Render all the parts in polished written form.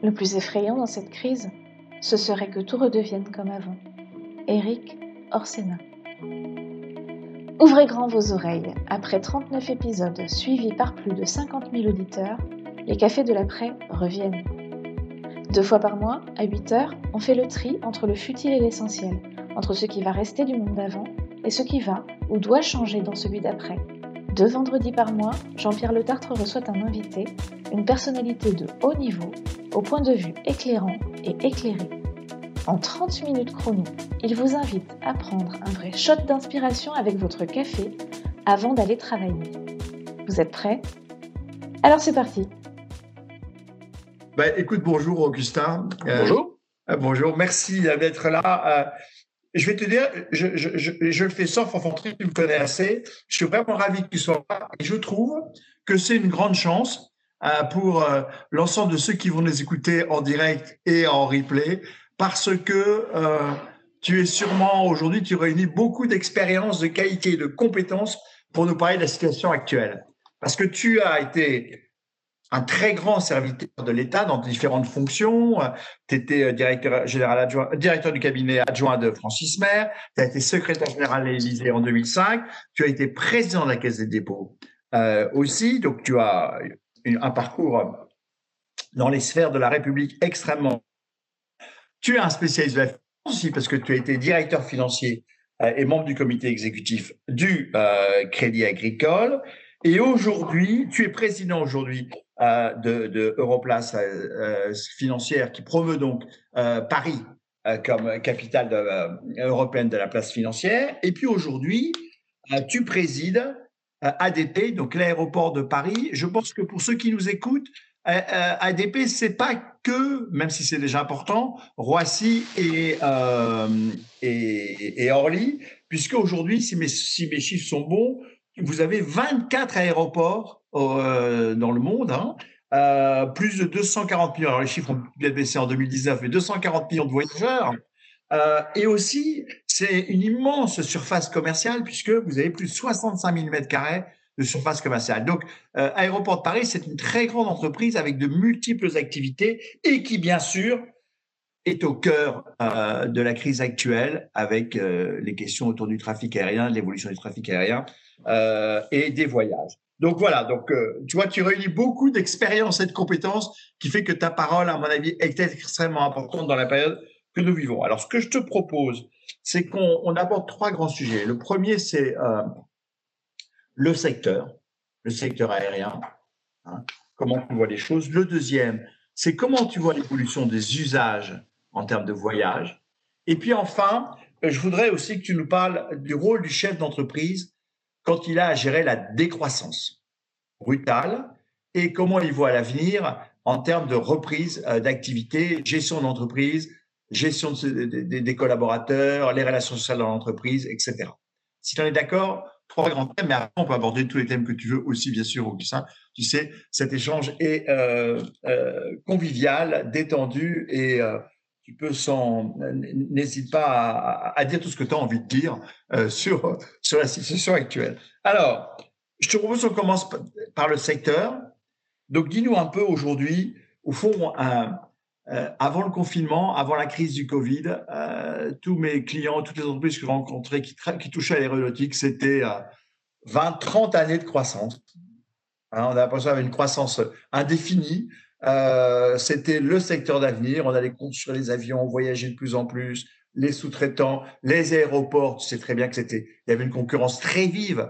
Le plus effrayant dans cette crise, ce serait que tout redevienne comme avant. Éric Orsena. Ouvrez grand vos oreilles. Après 39 épisodes suivis par plus de 50 000 auditeurs, les cafés de l'après reviennent. 2 fois par mois, à 8 heures, on fait le tri entre le futile et l'essentiel, entre ce qui va rester du monde d'avant et ce qui va ou doit changer dans celui d'après. 2 vendredis par mois, Jean-Pierre Le Tartre reçoit un invité, une personnalité de haut niveau, au point de vue éclairant et éclairé. En 30 minutes chrono, il vous invite à prendre un vrai shot d'inspiration avec votre café avant d'aller travailler. Vous êtes prêts ? Alors c'est parti. Écoute, bonjour Augustin. Bonjour. Bonjour, merci d'être là. Je vais te dire, je le fais sans forfanterie, tu me connais assez. Je suis vraiment ravi que tu sois là. Et je trouve que c'est une grande chance pour l'ensemble de ceux qui vont nous écouter en direct et en replay, parce que tu es sûrement, aujourd'hui, tu réunis beaucoup d'expériences, de qualités, de compétences pour nous parler de la situation actuelle. Parce que tu as été un très grand serviteur de l'État dans différentes fonctions. Tu étais directeur général adjoint, directeur du cabinet adjoint de Francis Maire. Tu as été secrétaire général à l'Élysée en 2005. Tu as été président de la Caisse des dépôts aussi. Donc, tu as un parcours dans les sphères de la République extrêmement. Tu es un spécialiste de la finance aussi parce que tu as été directeur financier et membre du comité exécutif du Crédit Agricole. Et aujourd'hui, tu es président aujourd'hui de Europlace financière qui promeut donc Paris comme capitale européenne de la place financière. Et puis aujourd'hui, tu présides ADP, donc l'aéroport de Paris. Je pense que pour ceux qui nous écoutent, ADP, c'est pas que, même si c'est déjà important, Roissy et Orly, puisque aujourd'hui, si mes chiffres sont bons, vous avez 24 aéroports dans le monde, plus de 240 millions. Alors les chiffres ont peut-être baissé en 2019, mais 240 millions de voyageurs. Et aussi, c'est une immense surface commerciale puisque vous avez plus de 65 000 mètres carrés de surface commerciale. Donc, Aéroport de Paris, c'est une très grande entreprise avec de multiples activités et qui, bien sûr, est au cœur de la crise actuelle avec les questions autour du trafic aérien, de l'évolution du trafic aérien et des voyages. Donc voilà, tu vois, tu réunis beaucoup d'expériences et de compétences qui fait que ta parole, à mon avis, est extrêmement importante dans la période que nous vivons. Alors, ce que je te propose, c'est qu'on aborde 3 grands sujets. Le premier, c'est le secteur aérien, comment tu vois les choses. Le deuxième, c'est comment tu vois l'évolution des usages en termes de voyage. Et puis enfin, je voudrais aussi que tu nous parles du rôle du chef d'entreprise quand il a à gérer la décroissance brutale et comment il voit l'avenir en termes de reprise d'activité, gestion d'entreprise, gestion des collaborateurs, les relations sociales dans l'entreprise, etc. Si tu en es d'accord, 3 grands thèmes, mais après, on peut aborder tous les thèmes que tu veux aussi, bien sûr, Augustin. Tu sais, cet échange est convivial, détendu et tu peux n'hésite pas à dire tout ce que tu as envie de dire sur la situation actuelle. Alors, je te propose qu'on commence par le secteur. Donc, dis-nous un peu aujourd'hui, au fond, avant le confinement, avant la crise du Covid, tous mes clients, toutes les entreprises que j'ai rencontrées qui touchaient à l'aéronautique, c'était 20, 30 années de croissance. On a l'impression d'avoir une croissance indéfinie. C'était le secteur d'avenir. On allait construire les avions, voyager de plus en plus, les sous-traitants, les aéroports. Tu sais très bien il y avait une concurrence très vive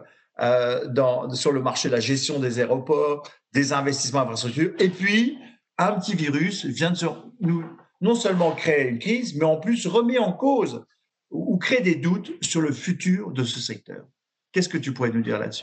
sur le marché de la gestion des aéroports, des investissements en infrastructure. Et puis, un petit virus vient de nous non seulement créer une crise, mais en plus remet en cause ou crée des doutes sur le futur de ce secteur. Qu'est-ce que tu pourrais nous dire là-dessus ?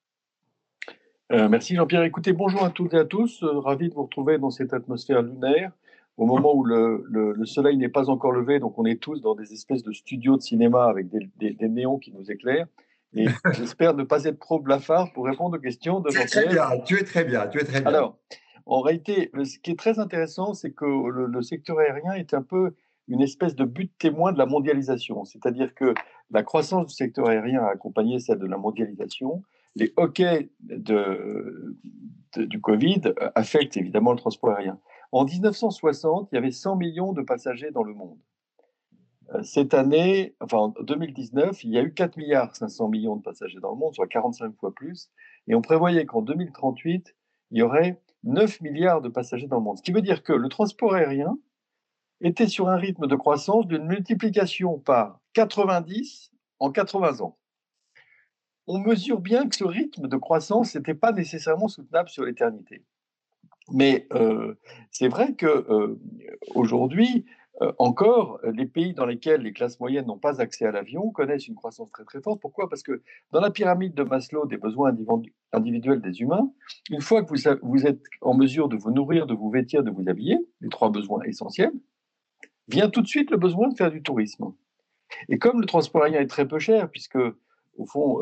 Merci Jean-Pierre. Écoutez, bonjour à toutes et à tous. Ravi de vous retrouver dans cette atmosphère lunaire, au moment où le soleil n'est pas encore levé, donc on est tous dans des espèces de studios de cinéma avec des néons qui nous éclairent. Et j'espère ne pas être trop blafard pour répondre aux questions de Jean-Pierre. Très bien, tu es très bien. Alors, en réalité, ce qui est très intéressant, c'est que le secteur aérien est un peu une espèce de but témoin de la mondialisation. C'est-à-dire que la croissance du secteur aérien a accompagné celle de la mondialisation. Les hoquets du Covid affectent évidemment le transport aérien. En 1960, il y avait 100 millions de passagers dans le monde. Cette année, enfin en 2019, il y a eu 4 milliards 500 millions de passagers dans le monde, soit 45 fois plus. Et on prévoyait qu'en 2038, il y aurait 9 milliards de passagers dans le monde. Ce qui veut dire que le transport aérien était sur un rythme de croissance d'une multiplication par 90 en 80 ans. On mesure bien que ce rythme de croissance n'était pas nécessairement soutenable sur l'éternité. Mais c'est vrai que aujourd'hui, encore, les pays dans lesquels les classes moyennes n'ont pas accès à l'avion connaissent une croissance très très forte. Pourquoi? Parce que dans la pyramide de Maslow des besoins individuels des humains, une fois que vous êtes en mesure de vous nourrir, de vous vêtir, de vous habiller, les 3 besoins essentiels, vient tout de suite le besoin de faire du tourisme. Et comme le transport aérien est très peu cher, puisque au fond,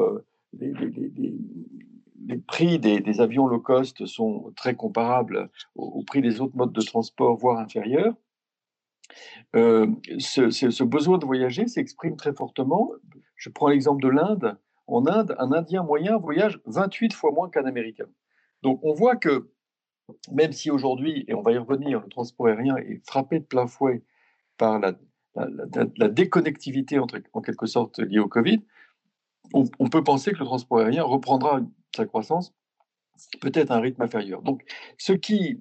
les prix des avions low cost sont très comparables au prix des autres modes de transport, voire inférieurs, ce besoin de voyager s'exprime très fortement. Je prends l'exemple de l'Inde. En Inde, un Indien moyen voyage 28 fois moins qu'un Américain. Donc on voit que même si aujourd'hui, et on va y revenir, le transport aérien est frappé de plein fouet par la déconnectivité en quelque sorte liée au Covid, on peut penser que le transport aérien reprendra sa croissance peut-être à un rythme inférieur. Donc, ce qui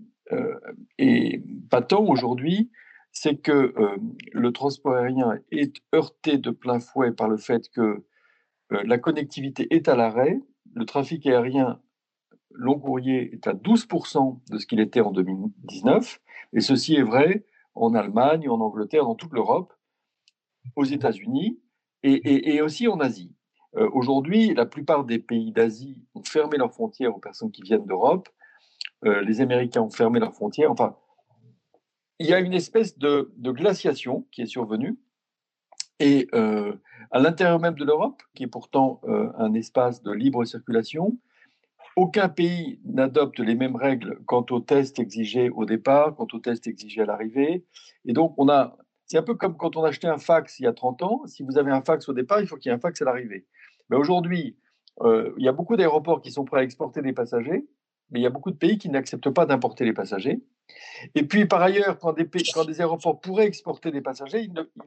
est patent aujourd'hui, c'est que le transport aérien est heurté de plein fouet par le fait que la connectivité est à l'arrêt. Le trafic aérien long courrier est à 12% de ce qu'il était en 2019. Et ceci est vrai en Allemagne, en Angleterre, dans toute l'Europe, aux États-Unis et aussi en Asie. Aujourd'hui, la plupart des pays d'Asie ont fermé leurs frontières aux personnes qui viennent d'Europe. Les Américains ont fermé leurs frontières. Enfin, il y a une espèce de glaciation qui est survenue. Et à l'intérieur même de l'Europe, qui est pourtant un espace de libre circulation, aucun pays n'adopte les mêmes règles quant aux tests exigés au départ, quant aux tests exigés à l'arrivée. Et donc, c'est un peu comme quand on achetait un fax il y a 30 ans. Si vous avez un fax au départ, il faut qu'il y ait un fax à l'arrivée. Mais aujourd'hui, il y a beaucoup d'aéroports qui sont prêts à exporter des passagers, mais il y a beaucoup de pays qui n'acceptent pas d'importer les passagers. Et puis, par ailleurs, quand des aéroports pourraient exporter des passagers,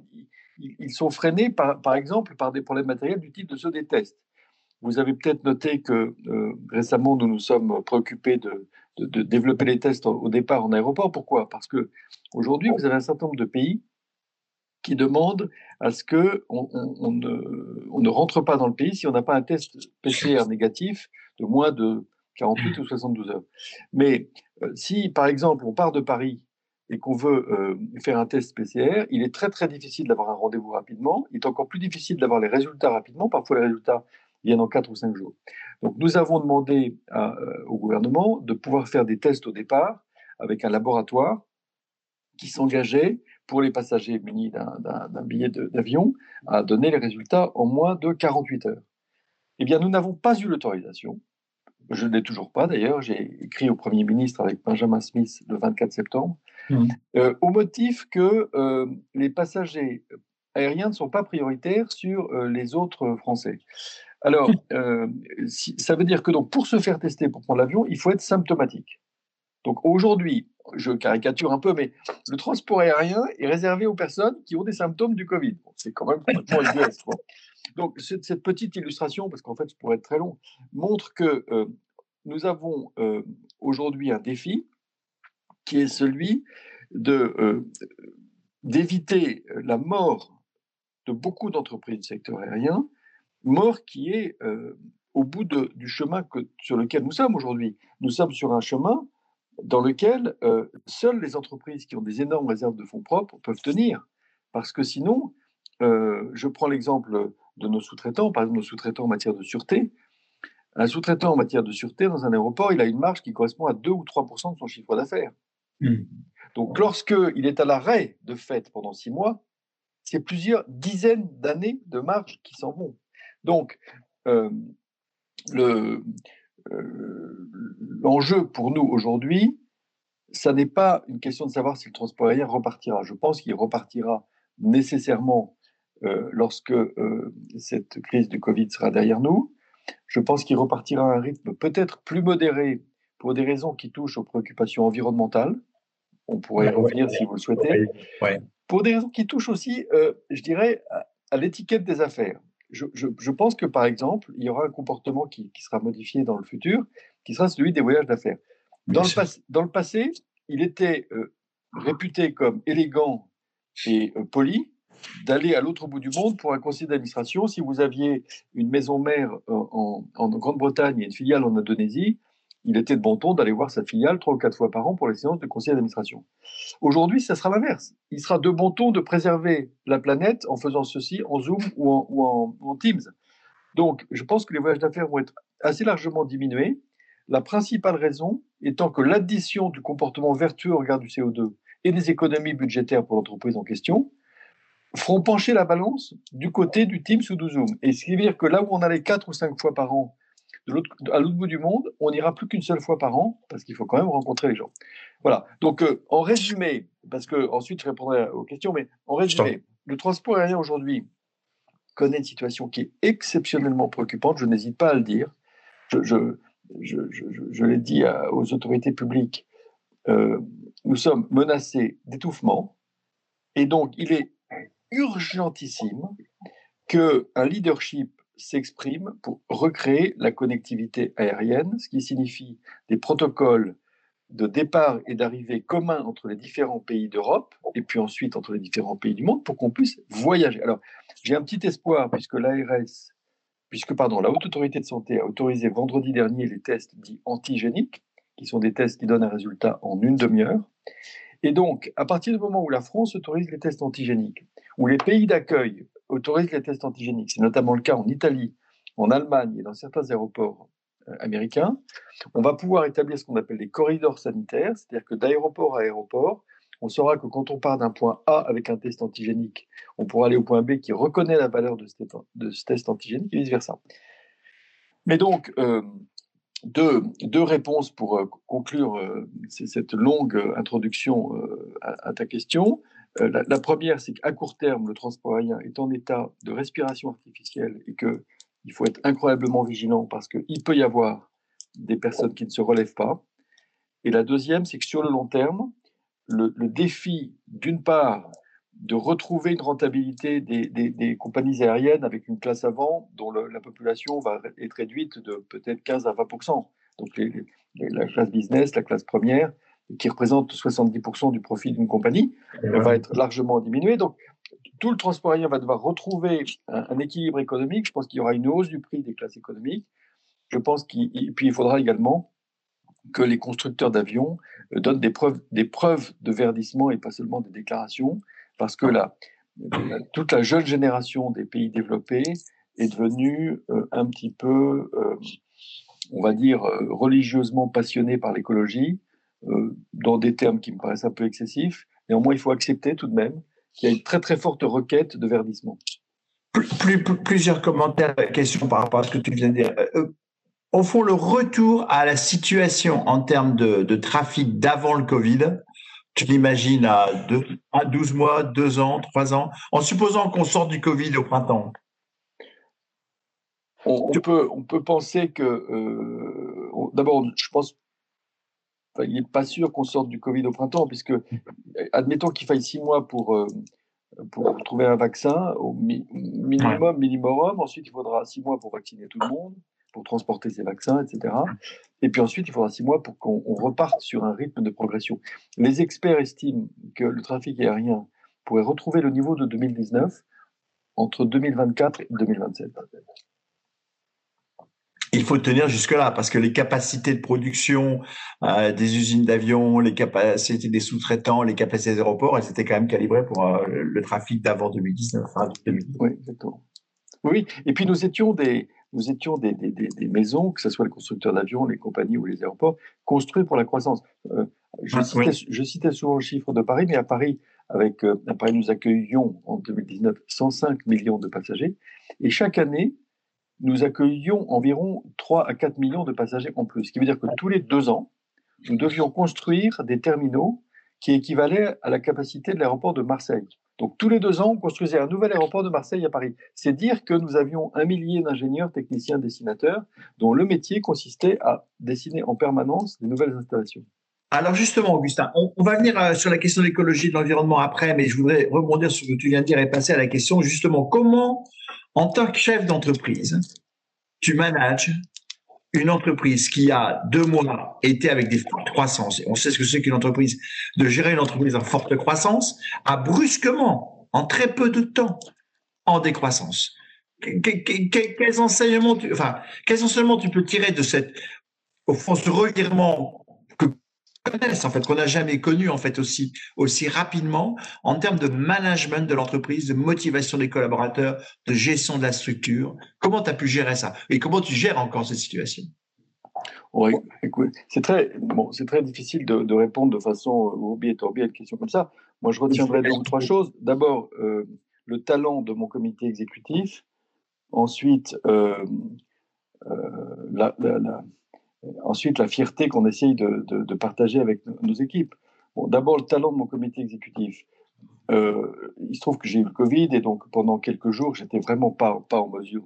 ils sont freinés, par exemple, par des problèmes matériels du type de ceux des tests. Vous avez peut-être noté que récemment, nous nous sommes préoccupés de développer les tests au départ en aéroport. Pourquoi? Parce qu'aujourd'hui, vous avez un certain nombre de pays qui demandent à ce qu'on ne rentre pas dans le pays si on n'a pas un test PCR négatif de moins de 48 ou 72 heures. Mais si, par exemple, on part de Paris et qu'on veut faire un test PCR, il est très très difficile d'avoir un rendez-vous rapidement. Il est encore plus difficile d'avoir les résultats rapidement. Parfois, les résultats viennent en 4 ou 5 jours. Donc, nous avons demandé au gouvernement de pouvoir faire des tests au départ avec un laboratoire qui s'engageait, pour les passagers munis d'un billet d'avion, à donner les résultats en moins de 48 heures. Eh bien, nous n'avons pas eu l'autorisation. Je ne l'ai toujours pas, d'ailleurs. J'ai écrit au Premier ministre avec Benjamin Smith le 24 septembre, au motif que les passagers aériens ne sont pas prioritaires sur les autres Français. Alors, ça veut dire que donc, pour se faire tester, pour prendre l'avion, il faut être symptomatique. Donc aujourd'hui, je caricature un peu, mais le transport aérien est réservé aux personnes qui ont des symptômes du Covid. Bon, c'est quand même complètement ubuesque. Donc cette petite illustration, parce qu'en fait, ça pourrait être très long, montre que nous avons aujourd'hui un défi qui est celui d'éviter la mort de beaucoup d'entreprises du secteur aérien, mort qui est au bout du chemin sur lequel nous sommes aujourd'hui. Nous sommes sur un chemin dans lequel seules les entreprises qui ont des énormes réserves de fonds propres peuvent tenir. Parce que sinon, je prends l'exemple de nos sous-traitants, par exemple nos sous-traitants en matière de sûreté. Un sous-traitant en matière de sûreté dans un aéroport, il a une marge qui correspond à 2 ou 3% de son chiffre d'affaires. Donc lorsqu'il est à l'arrêt de fait pendant 6 mois, c'est plusieurs dizaines d'années de marge qui s'en vont. Donc, l'enjeu pour nous aujourd'hui, ça n'est pas une question de savoir si le transport aérien repartira. Je pense qu'il repartira nécessairement lorsque cette crise du Covid sera derrière nous. Je pense qu'il repartira à un rythme peut-être plus modéré pour des raisons qui touchent aux préoccupations environnementales. On pourrait y revenir si vous le souhaitez. Ouais. Pour des raisons qui touchent aussi, je dirais, à l'étiquette des affaires. Je pense que, par exemple, il y aura un comportement qui sera modifié dans le futur, qui sera celui des voyages d'affaires. Dans le passé, il était réputé comme élégant et poli d'aller à l'autre bout du monde pour un conseil d'administration. Si vous aviez une maison mère en Grande-Bretagne et une filiale en Indonésie, il était de bon ton d'aller voir sa filiale 3 ou 4 fois par an pour les séances de conseil d'administration. Aujourd'hui, ça sera l'inverse. Il sera de bon ton de préserver la planète en faisant ceci en Zoom ou en Teams. Donc, je pense que les voyages d'affaires vont être assez largement diminués. La principale raison étant que l'addition du comportement vertueux au regard du CO2 et des économies budgétaires pour l'entreprise en question feront pencher la balance du côté du Teams ou du Zoom. Et ce qui veut dire que là où on allait 4 ou 5 fois par an à l'autre bout du monde, on n'ira plus qu'une seule fois par an, parce qu'il faut quand même rencontrer les gens. Voilà. Donc, en résumé, parce que ensuite je répondrai aux questions, mais en résumé, le transport aérien aujourd'hui connaît une situation qui est exceptionnellement préoccupante, je n'hésite pas à le dire. Je l'ai dit aux autorités publiques, nous sommes menacés d'étouffement, et donc il est urgentissime qu'un leadership s'exprime pour recréer la connectivité aérienne, ce qui signifie des protocoles de départ et d'arrivée communs entre les différents pays d'Europe et puis ensuite entre les différents pays du monde pour qu'on puisse voyager. Alors, j'ai un petit espoir puisque la Haute Autorité de Santé a autorisé vendredi dernier les tests dits antigéniques, qui sont des tests qui donnent un résultat en une demi-heure. Et donc, à partir du moment où la France autorise les tests antigéniques, où les pays d'accueil autorisent les tests antigéniques, c'est notamment le cas en Italie, en Allemagne et dans certains aéroports américains, on va pouvoir établir ce qu'on appelle des corridors sanitaires, c'est-à-dire que d'aéroport à aéroport, on saura que quand on part d'un point A avec un test antigénique, on pourra aller au point B qui reconnaît la valeur de ce test antigénique et vice-versa. Mais donc, deux réponses pour conclure cette longue introduction à ta question. La première, c'est qu'à court terme, le transport aérien est en état de respiration artificielle et qu'il faut être incroyablement vigilant parce qu'il peut y avoir des personnes qui ne se relèvent pas. Et la deuxième, c'est que sur le long terme, le défi, d'une part, de retrouver une rentabilité des compagnies aériennes avec une classe avant dont la population va être réduite de peut-être 15 à 20%. Donc la classe business, la classe première, qui représente 70% du profit d'une compagnie, va être largement diminuée. Donc tout le transport aérien va devoir retrouver un équilibre économique. Je pense qu'il y aura une hausse du prix des classes économiques. Je pense puis il faudra également que les constructeurs d'avions donnent des preuves de verdissement et pas seulement des déclarations, parce que toute la jeune génération des pays développés est devenue un petit peu, on va dire, religieusement passionnée par l'écologie, dans des termes qui me paraissent un peu excessifs. Néanmoins, il faut accepter tout de même qu'il y a une très très forte requête de verdissement. Plusieurs commentaires, questions par rapport à ce que tu viens de dire. Au fond, le retour à la situation en termes de trafic d'avant le Covid, tu l'imagines à 12 mois, 2 ans, 3 ans, en supposant qu'on sorte du Covid au printemps. On peut penser que, d'abord, je pense il n'est pas sûr qu'on sorte du Covid au printemps, puisque, admettons qu'il faille 6 mois pour trouver un vaccin, au minimum. Ensuite, il faudra 6 mois pour vacciner tout le monde, pour transporter ces vaccins, etc. Et puis ensuite, il faudra 6 mois pour qu'on reparte sur un rythme de progression. Les experts estiment que le trafic aérien pourrait retrouver le niveau de 2019 entre 2024 et 2027. Il faut tenir jusque-là, parce que les capacités de production des usines d'avions, les capacités des sous-traitants, les capacités des aéroports, elles étaient quand même calibrées pour le trafic d'avant 2019. Oui, exactement. Oui, et puis nous étions des maisons, que ce soit les constructeurs d'avions, les compagnies ou les aéroports, construits pour la croissance. Je citais souvent le chiffre de Paris, mais à Paris, à Paris, nous accueillions en 2019 105 millions de passagers, et chaque année, nous accueillions environ 3 à 4 millions de passagers en plus, ce qui veut dire que tous les 2 ans, nous devions construire des terminaux qui équivalaient à la capacité de l'aéroport de Marseille. Donc tous les 2 ans, on construisait un nouvel aéroport de Marseille à Paris. C'est dire que nous avions 1 millier d'ingénieurs, techniciens, dessinateurs, dont le métier consistait à dessiner en permanence des nouvelles installations. Alors justement, Augustin, on va venir sur la question de l'écologie et de l'environnement après, mais je voudrais rebondir sur ce que tu viens de dire et passer à la question justement comment, en tant que chef d'entreprise, tu manages une entreprise qui a 2 mois été avec des fortes croissances, et on sait ce que c'est qu'une entreprise, de gérer une entreprise en forte croissance, a brusquement, en très peu de temps, en décroissance. Quels enseignements tu peux tirer de au fond, ce revirement que en fait, qu'on n'a jamais connu en fait aussi rapidement en termes de management de l'entreprise, de motivation des collaborateurs, de gestion de la structure. Comment tu as pu gérer ça et comment tu gères encore cette situation? Oui, écoute, c'est très difficile de répondre de façon ourbi et torbi à une question comme ça. Moi, je retiendrai 2 ou 3 choses. D'abord, le talent de mon comité exécutif. Ensuite, ensuite la fierté qu'on essaye de partager avec nos équipes. Bon, d'abord, le talent de mon comité exécutif. Il se trouve que j'ai eu le Covid et donc pendant quelques jours, j'étais vraiment pas en mesure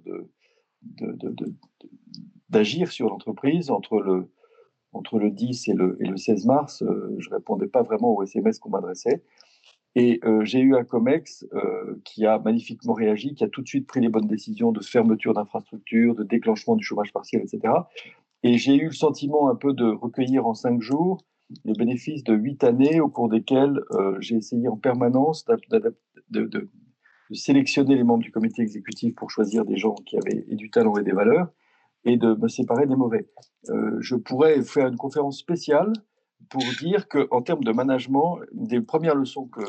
d'agir sur l'entreprise. Entre le 10 et le 16 mars, je répondais pas vraiment aux SMS qu'on m'adressait. Et j'ai eu un COMEX qui a magnifiquement réagi, qui a tout de suite pris les bonnes décisions de fermeture d'infrastructures, de déclenchement du chômage partiel, etc. Et j'ai eu le sentiment un peu de recueillir en 5 jours le bénéfice de 8 années au cours desquelles j'ai essayé en permanence de sélectionner les membres du comité exécutif pour choisir des gens qui avaient du talent et des valeurs et de me séparer des mauvais. Je pourrais faire une conférence spéciale pour dire qu'en termes de management, des premières leçons que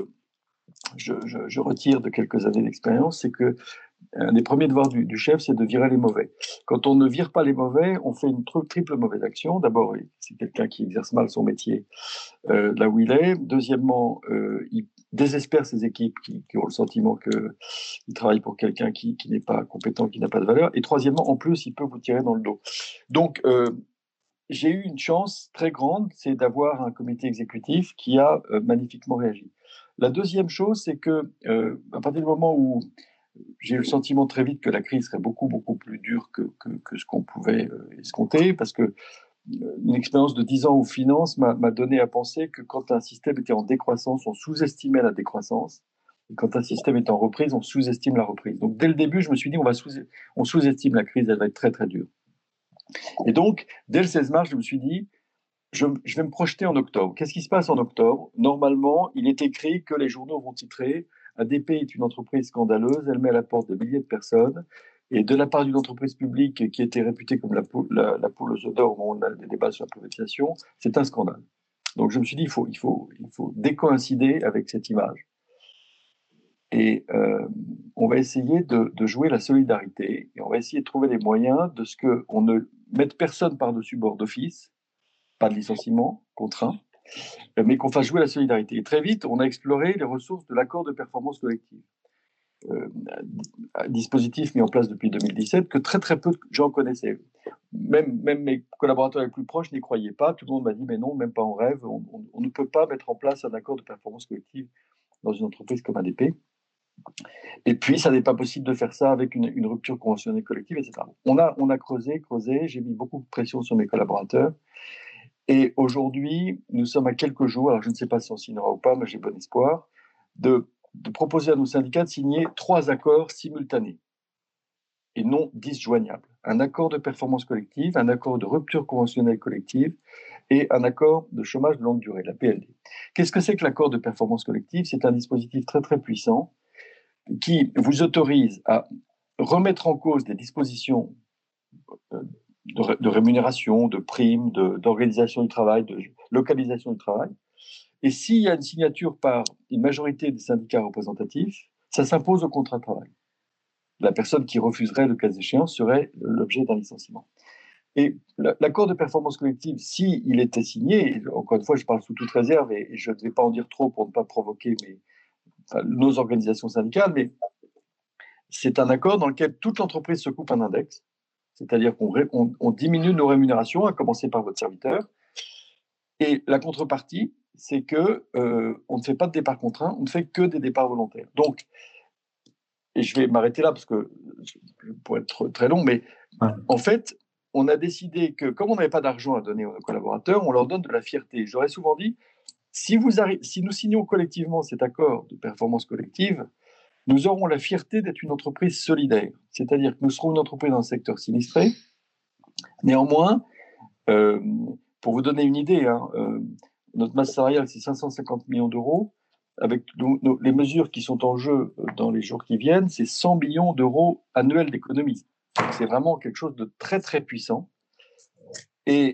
je retire de quelques années d'expérience, c'est que un des premiers devoirs du chef, c'est de virer les mauvais. Quand on ne vire pas les mauvais, on fait une triple mauvaise action. D'abord, c'est quelqu'un qui exerce mal son métier là où il est. Deuxièmement, il désespère ses équipes qui ont le sentiment qu'il travaille pour quelqu'un qui n'est pas compétent, qui n'a pas de valeur. Et troisièmement, en plus, il peut vous tirer dans le dos. Donc, j'ai eu une chance très grande, c'est d'avoir un comité exécutif qui a magnifiquement réagi. La deuxième chose, c'est que à partir du moment où j'ai eu le sentiment très vite que la crise serait beaucoup, beaucoup plus dure que ce qu'on pouvait escompter, parce que une expérience de 10 ans aux finances m'a donné à penser que quand un système était en décroissance, on sous-estimait la décroissance, et quand un système est en reprise, on sous-estime la reprise. Donc dès le début, je me suis dit, on sous-estime la crise, elle va être très, très dure. Et donc, dès le 16 mars, je me suis dit, je vais me projeter en octobre. Qu'est-ce qui se passe en octobre? Normalement, il est écrit que les journaux vont titrer ADP est une entreprise scandaleuse, elle met à la porte des milliers de personnes. Et de la part d'une entreprise publique qui était réputée comme la poule aux œufs d'or, où on a des débats sur la privatisation, c'est un scandale. Donc je me suis dit, il faut décoïncider avec cette image. Et on va essayer de jouer la solidarité, et on va essayer de trouver les moyens de ce qu'on ne mette personne par-dessus bord d'office, pas de licenciement contraint, mais qu'on fasse jouer la solidarité. Et très vite, on a exploré les ressources de l'accord de performance collective. Dispositif mis en place depuis 2017 que très très peu de gens connaissaient. Même mes collaborateurs les plus proches n'y croyaient pas. Tout le monde m'a dit mais non, même pas en rêve, on ne peut pas mettre en place un accord de performance collective dans une entreprise comme ADP. Et puis ça n'est pas possible de faire ça avec une rupture conventionnelle collective, etc. On a creusé, j'ai mis beaucoup de pression sur mes collaborateurs. Et aujourd'hui, nous sommes à quelques jours, alors je ne sais pas si on signera ou pas, mais j'ai bon espoir, de proposer à nos syndicats de signer 3 accords simultanés et non disjoignables. Un accord de performance collective, un accord de rupture conventionnelle collective et un accord de chômage de longue durée, la PLD. Qu'est-ce que c'est que l'accord de performance collective? C'est un dispositif très très puissant qui vous autorise à remettre en cause des dispositions de rémunération, de primes, d'organisation du travail, de localisation du travail. Et s'il y a une signature par une majorité des syndicats représentatifs, ça s'impose au contrat de travail. La personne qui refuserait le cas échéant serait l'objet d'un licenciement. Et l'accord de performance collective, s'il était signé, encore une fois, je parle sous toute réserve et je ne vais pas en dire trop pour ne pas provoquer nos organisations syndicales, mais c'est un accord dans lequel toute l'entreprise se coupe un index, c'est-à-dire qu'on diminue nos rémunérations, à commencer par votre serviteur, et la contrepartie, c'est que on ne fait pas de départ contraint, on ne fait que des départs volontaires. Donc, et je vais m'arrêter là parce que pour être très long, mais en fait, on a décidé que, comme on n'avait pas d'argent à donner aux collaborateurs, on leur donne de la fierté. J'aurais souvent dit, si nous signons collectivement cet accord de performance collective, nous aurons la fierté d'être une entreprise solidaire. C'est-à-dire que nous serons une entreprise dans le secteur sinistré. Néanmoins, pour vous donner une idée, notre masse salariale, c'est 550 millions d'euros. Avec les mesures qui sont en jeu dans les jours qui viennent, c'est 100 millions d'euros annuels d'économie. C'est vraiment quelque chose de très, très puissant. Et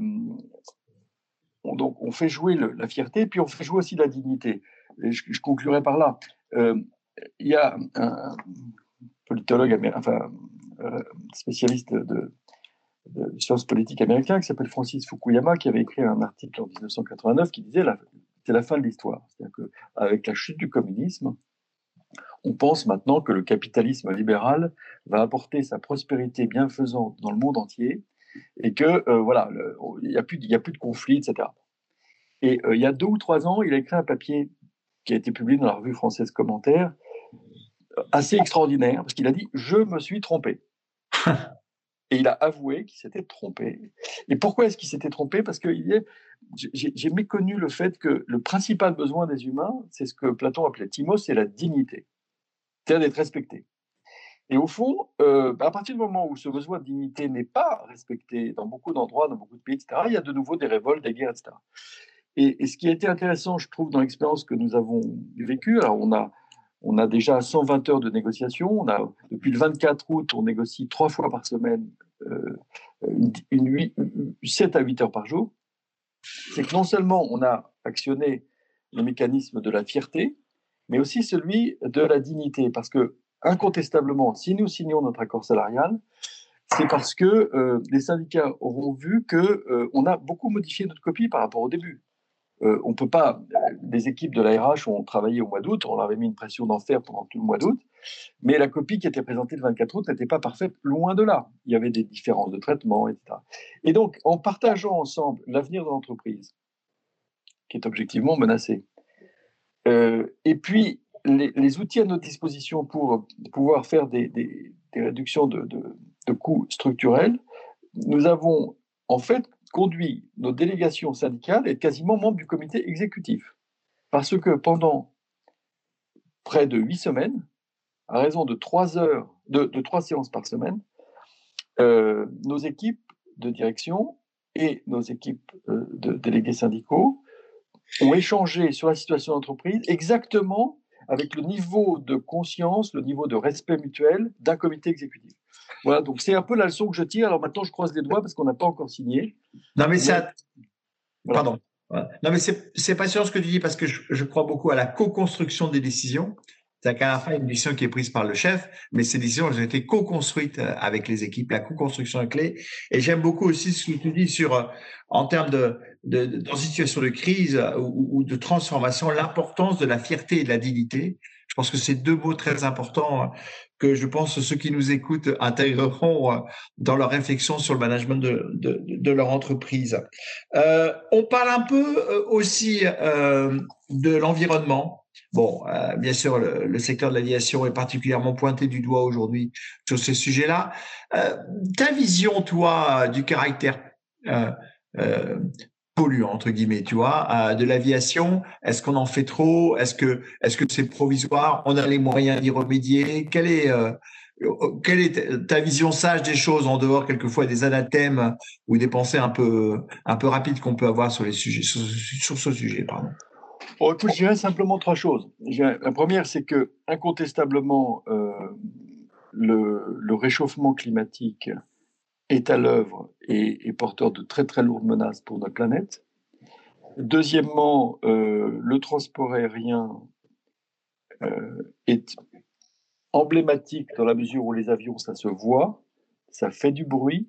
donc, on fait jouer la fierté, puis on fait jouer aussi la dignité. Et je conclurai par là. Il y a un politologue, spécialiste de sciences politiques américain qui s'appelle Francis Fukuyama, qui avait écrit un article en 1989 qui disait c'est la fin de l'histoire. C'est-à-dire qu'avec la chute du communisme, on pense maintenant que le capitalisme libéral va apporter sa prospérité bienfaisante dans le monde entier et que il n'y a plus de conflits, etc. Et il y a 2 ou 3 ans, il a écrit un papier qui a été publié dans la revue française Commentaire, assez extraordinaire, parce qu'il a dit « Je me suis trompé ». Et il a avoué qu'il s'était trompé. Et pourquoi est-ce qu'il s'était trompé? Parce que j'ai méconnu le fait que le principal besoin des humains, c'est ce que Platon appelait timos, c'est la dignité, c'est-à-dire d'être respecté. Et au fond, à partir du moment où ce besoin de dignité n'est pas respecté dans beaucoup d'endroits, dans beaucoup de pays, etc., il y a de nouveau des révoltes, des guerres, etc. Et ce qui a été intéressant, je trouve, dans l'expérience que nous avons vécue, alors on a déjà 120 heures de négociation. Depuis le 24 août, on négocie 3 fois par semaine, 7 à 8 heures par jour. C'est que non seulement on a actionné le mécanisme de la fierté, mais aussi celui de la dignité. Parce que, incontestablement, si nous signons notre accord salarial, c'est parce que les syndicats auront vu qu'on a beaucoup modifié notre copie par rapport au début. On peut pas. Les équipes de l'ARH ont travaillé au mois d'août, on leur avait mis une pression d'enfer pendant tout le mois d'août, mais la copie qui était présentée le 24 août n'était pas parfaite, loin de là. Il y avait des différences de traitement, etc. Et donc, en partageant ensemble l'avenir de l'entreprise, qui est objectivement menacé, et puis les outils à notre disposition pour pouvoir faire des réductions de coûts structurels, nous avons en fait conduit nos délégations syndicales à être quasiment membres du comité exécutif. Parce que pendant près de 8 semaines, à raison de 3 heures, de 3 séances par semaine, nos équipes de direction et nos équipes de délégués syndicaux ont échangé sur la situation d'entreprise exactement avec le niveau de conscience, le niveau de respect mutuel d'un comité exécutif. Voilà, donc c'est un peu la leçon que je tire. Alors maintenant, je croise les doigts parce qu'on n'a pas encore signé. Non, mais Voilà. Pardon. Non, mais c'est passionnant ce que tu dis parce que je crois beaucoup à la co-construction des décisions. C'est-à-dire qu'à la fin, il y a une décision qui est prise par le chef, mais ces décisions, elles ont été co-construites avec les équipes. La co-construction est clé. Et j'aime beaucoup aussi ce que tu dis en termes dans situation de crise ou de transformation, l'importance de la fierté et de la dignité. Je pense que c'est 2 mots très importants que je pense ceux qui nous écoutent intégreront dans leur réflexion sur le management de leur entreprise. On parle un peu aussi de l'environnement. Bon, bien sûr, le secteur de l'aviation est particulièrement pointé du doigt aujourd'hui sur ce sujet-là. Ta vision, toi, du caractère polluant, entre guillemets, tu vois, de l'aviation, est-ce qu'on en fait trop? Est-ce que c'est provisoire? On a les moyens d'y remédier? Quelle est ta vision sage des choses en dehors quelquefois des anathèmes ou des pensées un peu rapides qu'on peut avoir sur les sujets, sur ce sujet, pardon. Bon, écoute, je dirais simplement 3 choses. La première, c'est que incontestablement, le réchauffement climatique est à l'œuvre et porteur de très très lourdes menaces pour notre planète. Deuxièmement, le transport aérien est emblématique dans la mesure où les avions, ça se voit, ça fait du bruit,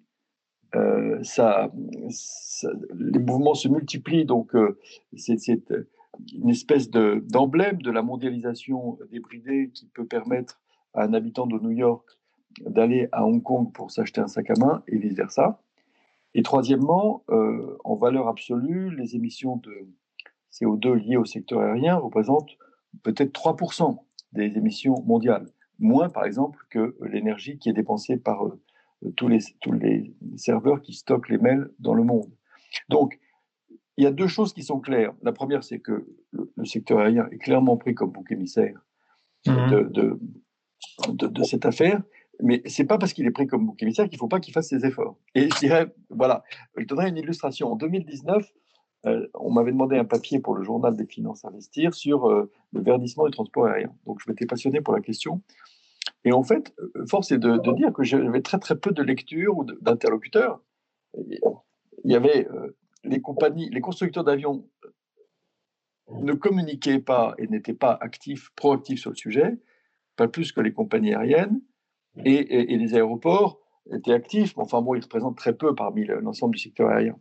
les mouvements se multiplient, donc c'est une espèce d'emblème de la mondialisation débridée qui peut permettre à un habitant de New York d'aller à Hong Kong pour s'acheter un sac à main et vice-versa. Et troisièmement, en valeur absolue, les émissions de CO2 liées au secteur aérien représentent peut-être 3% des émissions mondiales. Moins, par exemple, que l'énergie qui est dépensée par tous les serveurs qui stockent les mails dans le monde. Donc, il y a deux choses qui sont claires. La première, c'est que le secteur aérien est clairement pris comme bouc émissaire de cette affaire, mais c'est pas parce qu'il est pris comme bouc émissaire qu'il ne faut pas qu'il fasse ses efforts. Et je dirais, voilà, je donnerai une illustration. En 2019, on m'avait demandé un papier pour le journal des finances investir sur le verdissement du transport aérien. Donc, je m'étais passionné pour la question. Et en fait, force est de dire que j'avais très très peu de lectures ou d'interlocuteurs. Il y avait les constructeurs d'avions ne communiquaient pas et n'étaient pas proactifs sur le sujet, pas plus que les compagnies aériennes, et les aéroports étaient actifs, mais enfin bon, ils représentent très peu parmi l'ensemble du secteur aérien.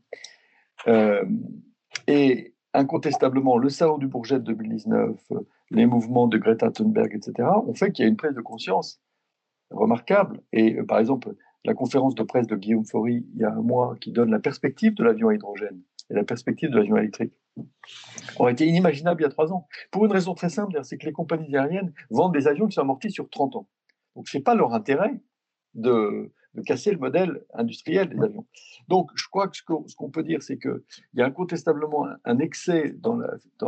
Et incontestablement, le salon du Bourget de 2019, les mouvements de Greta Thunberg, etc., ont fait qu'il y a une prise de conscience remarquable. Et par exemple, la conférence de presse de Guillaume Faury, il y a un mois, qui donne la perspective de l'avion à hydrogène et la perspective de l'avion électrique, aurait été inimaginable il y a 3 ans. Pour une raison très simple, c'est que les compagnies aériennes vendent des avions qui sont amortis sur 30 ans. Donc, ce n'est pas leur intérêt de casser le modèle industriel des avions. Donc, je crois que ce qu'on peut dire, c'est qu'il y a incontestablement un excès dans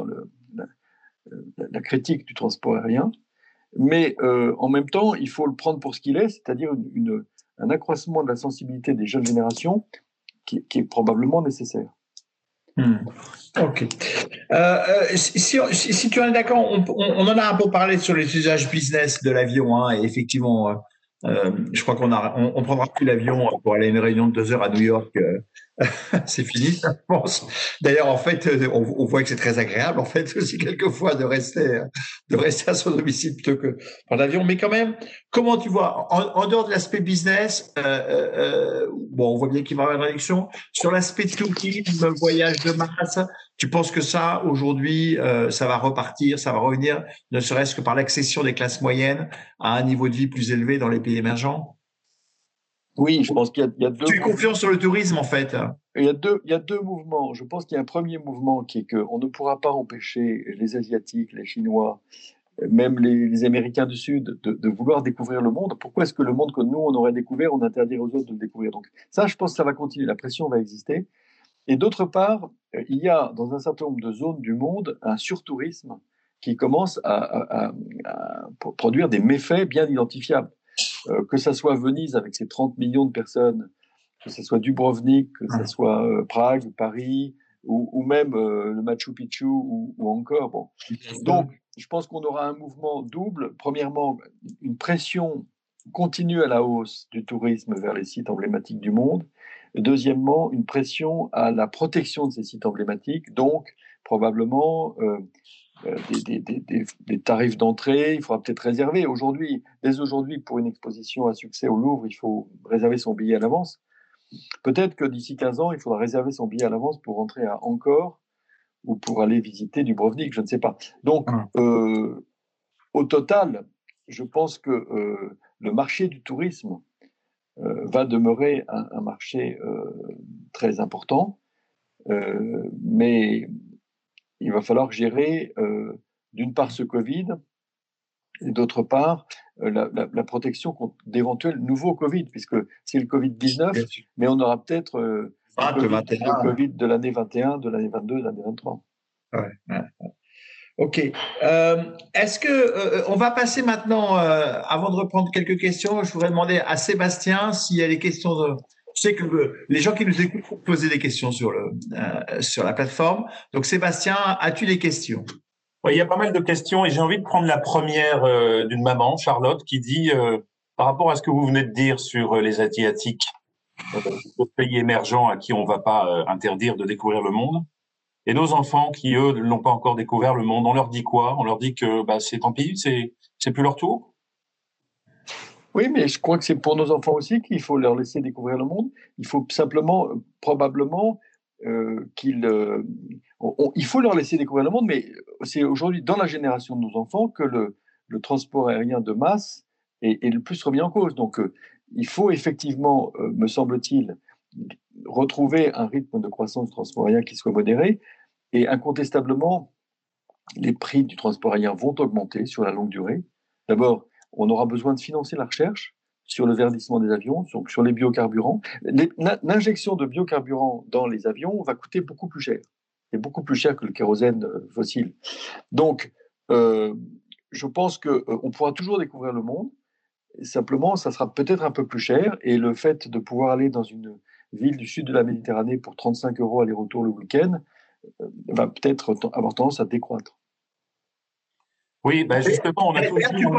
la critique du transport aérien, mais en même temps, il faut le prendre pour ce qu'il est, c'est-à-dire un accroissement de la sensibilité des jeunes générations qui est probablement nécessaire. Ok. Si tu en es d'accord, on en a un peu parlé sur les usages business de l'avion, hein, et effectivement, je crois qu'on prendra plus l'avion pour aller à une réunion de 2 heures à New York. C'est fini, je pense. D'ailleurs, en fait, on voit que c'est très agréable, en fait, aussi quelquefois de rester à son domicile plutôt que prendre l'avion. Mais quand même, comment tu vois, en dehors de l'aspect business, bon, on voit bien qu'il va y avoir une réduction. Sur l'aspect tourisme, voyage de masse, tu penses que ça, aujourd'hui, ça va repartir, ça va revenir, ne serait-ce que par l'accession des classes moyennes à un niveau de vie plus élevé dans les pays émergents? Oui, je pense qu'il y a deux. Tu es confiant sur le tourisme, en fait. Il y a deux mouvements. Je pense qu'il y a un premier mouvement qui est qu'on ne pourra pas empêcher les Asiatiques, les Chinois, même les Américains du Sud de vouloir découvrir le monde. Pourquoi est-ce que le monde que nous, on aurait découvert, on interdirait aux autres de le découvrir? Donc ça, je pense que ça va continuer. La pression va exister. Et d'autre part, il y a dans un certain nombre de zones du monde un surtourisme qui commence à produire des méfaits bien identifiables. Que ça soit Venise avec ses 30 millions de personnes, que ce soit Dubrovnik, que ce soit Prague, Paris, ou même le Machu Picchu ou encore. Bon. Donc, je pense qu'on aura un mouvement double. Premièrement, une pression continue à la hausse du tourisme vers les sites emblématiques du monde. Deuxièmement, une pression à la protection de ces sites emblématiques, donc probablement des tarifs d'entrée, il faudra peut-être réserver. Dès aujourd'hui, pour une exposition à succès au Louvre, il faut réserver son billet à l'avance. Peut-être que d'ici 15 ans, il faudra réserver son billet à l'avance pour rentrer à Angkor ou pour aller visiter Dubrovnik, je ne sais pas. Donc, au total, je pense que le marché du tourisme va demeurer un marché très important, mais il va falloir gérer d'une part ce Covid et d'autre part la protection contre d'éventuels nouveaux Covid, puisque c'est le Covid-19, mais on aura peut-être le Covid de l'année 21, de l'année 22, de l'année 23. Ouais. Ok. Est-ce que on va passer maintenant, avant de reprendre quelques questions, je voudrais demander à Sébastien s'il y a des questions. Je sais que les gens qui nous écoutent vont poser des questions sur la plateforme. Donc Sébastien, as-tu des questions? Oui, il y a pas mal de questions et j'ai envie de prendre la première d'une maman, Charlotte, qui dit par rapport à ce que vous venez de dire sur les Asiatiques, les pays émergents à qui on ne va pas interdire de découvrir le monde. Et nos enfants qui, eux, n'ont pas encore découvert le monde, on leur dit quoi? On leur dit que c'est tant pis, c'est plus leur tour? Oui, mais je crois que c'est pour nos enfants aussi qu'il faut leur laisser découvrir le monde. Il faut simplement, probablement, il faut leur laisser découvrir le monde, mais c'est aujourd'hui, dans la génération de nos enfants, que le transport aérien de masse est le plus remis en cause. Donc, il faut effectivement, me semble-t-il, retrouver un rythme de croissance du transport aérien qui soit modéré. Et incontestablement, les prix du transport aérien vont augmenter sur la longue durée. D'abord, on aura besoin de financer la recherche sur le verdissement des avions, donc sur les biocarburants. L'injection de biocarburants dans les avions va coûter beaucoup plus cher. C'est beaucoup plus cher que le kérosène fossile. Donc, je pense qu'on pourra toujours découvrir le monde. Simplement, ça sera peut-être un peu plus cher. Et le fait de pouvoir aller dans une ville du sud de la Méditerranée pour 35 € aller-retour le week-end va peut-être avoir tendance à décroître. Oui, ben justement, on a tous dit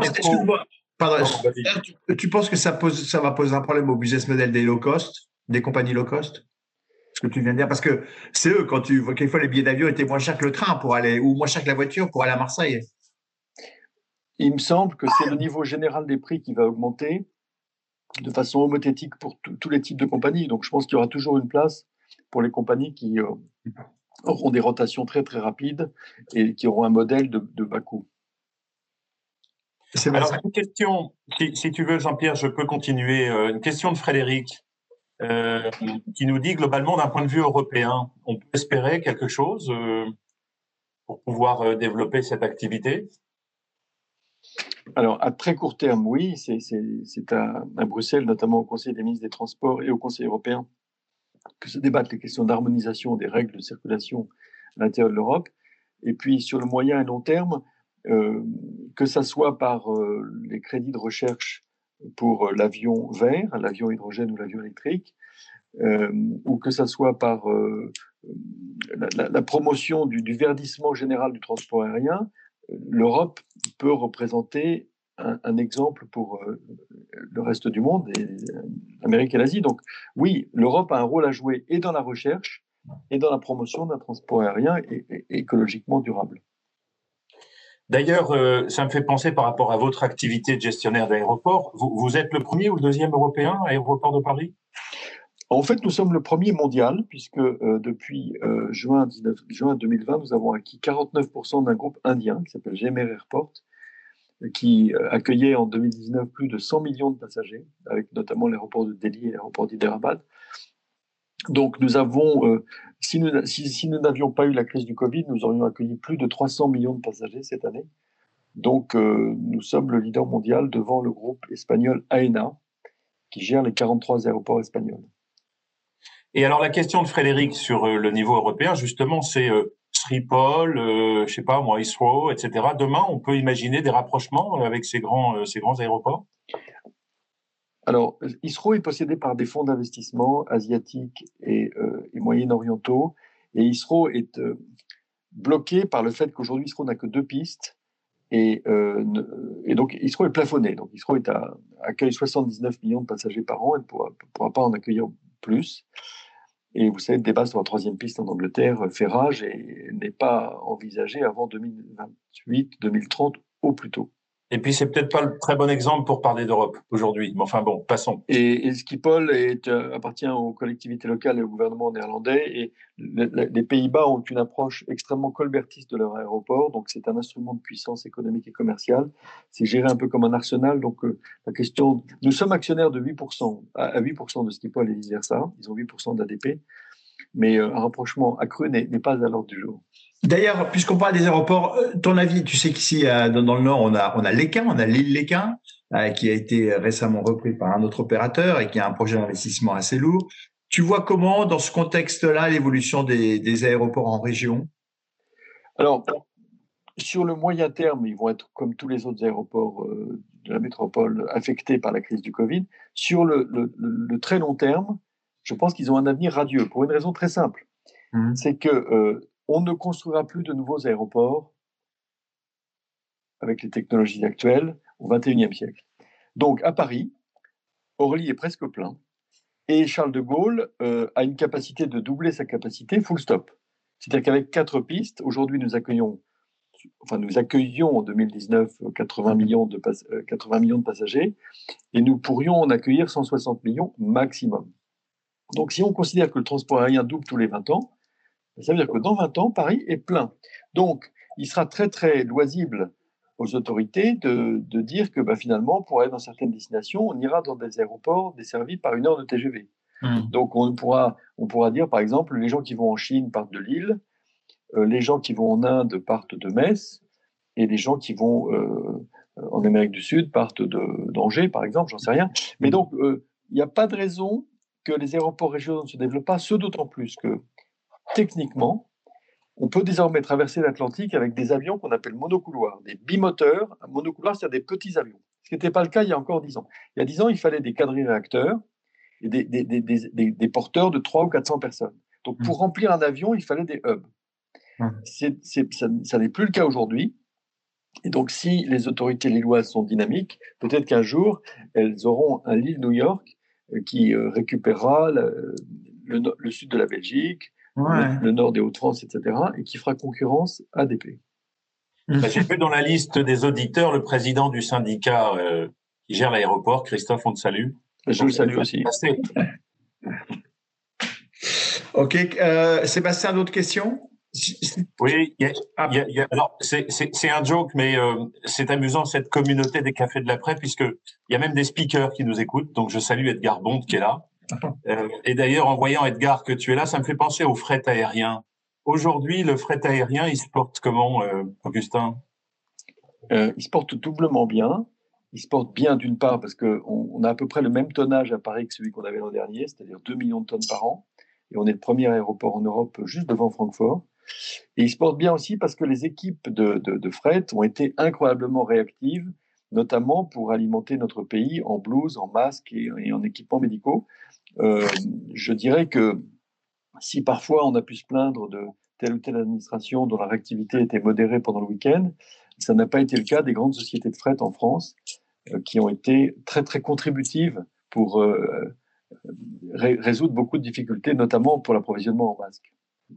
tu penses que ça va poser un problème au business model des low cost, des compagnies low cost? Ce que tu viens de dire, parce que c'est eux, quand tu vois quelquefois les billets d'avion étaient moins chers que le train pour aller, ou moins chers que la voiture pour aller à Marseille. Il me semble que c'est le niveau général des prix qui va augmenter de façon homothétique pour tous les types de compagnies. Donc, je pense qu'il y aura toujours une place pour les compagnies qui auront des rotations très, très rapides et qui auront un modèle de bas coût. Alors, une question, si tu veux, Jean-Pierre, je peux continuer. Une question de Frédéric qui nous dit globalement, d'un point de vue européen, on peut espérer quelque chose pour pouvoir développer cette activité? Alors, à très court terme, oui, c'est à Bruxelles, notamment au Conseil des ministres des Transports et au Conseil européen, que se débattent les questions d'harmonisation des règles de circulation à l'intérieur de l'Europe. Et puis, sur le moyen et long terme, que ça soit par les crédits de recherche pour l'avion vert, l'avion hydrogène ou l'avion électrique, ou que ça soit par la promotion du verdissement général du transport aérien, l'Europe peut représenter un exemple pour le reste du monde, et l'Amérique et l'Asie. Donc oui, l'Europe a un rôle à jouer et dans la recherche et dans la promotion d'un transport aérien et écologiquement durable. D'ailleurs, ça me fait penser par rapport à votre activité de gestionnaire d'aéroport. Vous êtes le premier ou le deuxième européen à Aéroport de Paris? En fait, nous sommes le premier mondial, puisque depuis juin 2020, nous avons acquis 49% d'un groupe indien qui s'appelle GMR Airport, qui accueillait en 2019 plus de 100 millions de passagers, avec notamment l'aéroport de Delhi et l'aéroport d'Hyderabad. Donc nous avons, si nous n'avions pas eu la crise du Covid, nous aurions accueilli plus de 300 millions de passagers cette année. Donc nous sommes le leader mondial devant le groupe espagnol AENA, qui gère les 43 aéroports espagnols. Et alors la question de Frédéric sur le niveau européen, justement, c'est Schiphol, je sais pas moi, Heathrow, etc. Demain, on peut imaginer des rapprochements avec ces grands aéroports? Alors, Heathrow est possédé par des fonds d'investissement asiatiques et moyen-orientaux. Et Heathrow est bloqué par le fait qu'aujourd'hui, Heathrow n'a que 2 pistes. Et donc, Heathrow est plafonné. Donc, Heathrow accueille 79 millions de passagers par an. Elle ne pourra pas en accueillir plus. Et vous savez, le débat sur la 3e piste en Angleterre fait rage et n'est pas envisagé avant 2028-2030 au plus tôt. Et puis, c'est peut-être pas le très bon exemple pour parler d'Europe aujourd'hui. Mais enfin bon, passons. Et Schiphol appartient aux collectivités locales et au gouvernement néerlandais. Et les Pays-Bas ont une approche extrêmement colbertiste de leur aéroport. Donc, c'est un instrument de puissance économique et commerciale. C'est géré un peu comme un arsenal. Donc, la question... Nous sommes actionnaires de 8%, à 8% de Schiphol et vice-versa. Ils ont 8% d'ADP. Mais un rapprochement accru n'est pas à l'ordre du jour. D'ailleurs, puisqu'on parle des aéroports, ton avis, tu sais qu'ici, dans le Nord, on a Léquin, on a l'île Léquin, qui a été récemment repris par un autre opérateur et qui a un projet d'investissement assez lourd. Tu vois comment, dans ce contexte-là, l'évolution des aéroports en région? Alors, sur le moyen terme, ils vont être, comme tous les autres aéroports de la métropole, affectés par la crise du Covid. Sur le très long terme, je pense qu'ils ont un avenir radieux, pour une raison très simple. C'est que on ne construira plus de nouveaux aéroports avec les technologies actuelles au XXIe siècle. Donc, à Paris, Orly est presque plein et Charles de Gaulle a une capacité de doubler sa capacité full stop. C'est-à-dire qu'avec 4 pistes, aujourd'hui nous accueillions en 2019 80 millions de passagers et nous pourrions en accueillir 160 millions maximum. Donc, si on considère que le transport aérien double tous les 20 ans, ça veut dire que dans 20 ans, Paris est plein. Donc, il sera très, très loisible aux autorités de dire que finalement, pour aller dans certaines destinations, on ira dans des aéroports desservis par 1 heure de TGV. Donc, on pourra dire, par exemple, les gens qui vont en Chine partent de Lille, les gens qui vont en Inde partent de Metz, et les gens qui vont en Amérique du Sud partent d'Angers, par exemple, j'en sais rien. Mais donc, il n'y a pas de raison que les aéroports régionaux ne se développent pas, ce d'autant plus que, techniquement, on peut désormais traverser l'Atlantique avec des avions qu'on appelle monocouloirs, des bimoteurs. Un monocouloir, c'est-à-dire des petits avions. Ce qui n'était pas le cas il y a encore 10 ans. Il y a 10 ans, il fallait des quadri-réacteurs et des porteurs de 300 ou 400 personnes. Donc, pour remplir un avion, il fallait des hubs. Ça n'est plus le cas aujourd'hui. Et donc, si les autorités lilloises sont dynamiques, peut-être qu'un jour, elles auront un Lille-New York qui récupérera le sud de la Belgique, le nord des Hauts-de-France, etc., et qui fera concurrence à ADP. J'ai vu dans la liste des auditeurs le président du syndicat qui gère l'aéroport, Christophe, on te salue. Je le salue aussi. Ok, Sébastien, d'autres questions? Oui, alors c'est un joke, mais c'est amusant cette communauté des cafés de l'après, puisque il y a même des speakers qui nous écoutent. Donc je salue Edgar Bond qui est là. Et d'ailleurs, en voyant Edgar que tu es là, ça me fait penser au fret aérien. Aujourd'hui, le fret aérien, il se porte comment, Augustin? Il se porte doublement bien. Il se porte bien d'une part parce qu'on a à peu près le même tonnage à Paris que celui qu'on avait l'an dernier, c'est-à-dire 2 millions de tonnes par an. Et on est le premier aéroport en Europe juste devant Francfort. Et il se porte bien aussi parce que les équipes de fret ont été incroyablement réactives, notamment pour alimenter notre pays en blouses, en masques et en équipements médicaux. Je dirais que si parfois on a pu se plaindre de telle ou telle administration dont la réactivité était modérée pendant le week-end, ça n'a pas été le cas des grandes sociétés de fret en France qui ont été très très contributives pour résoudre beaucoup de difficultés, notamment pour l'approvisionnement en masques.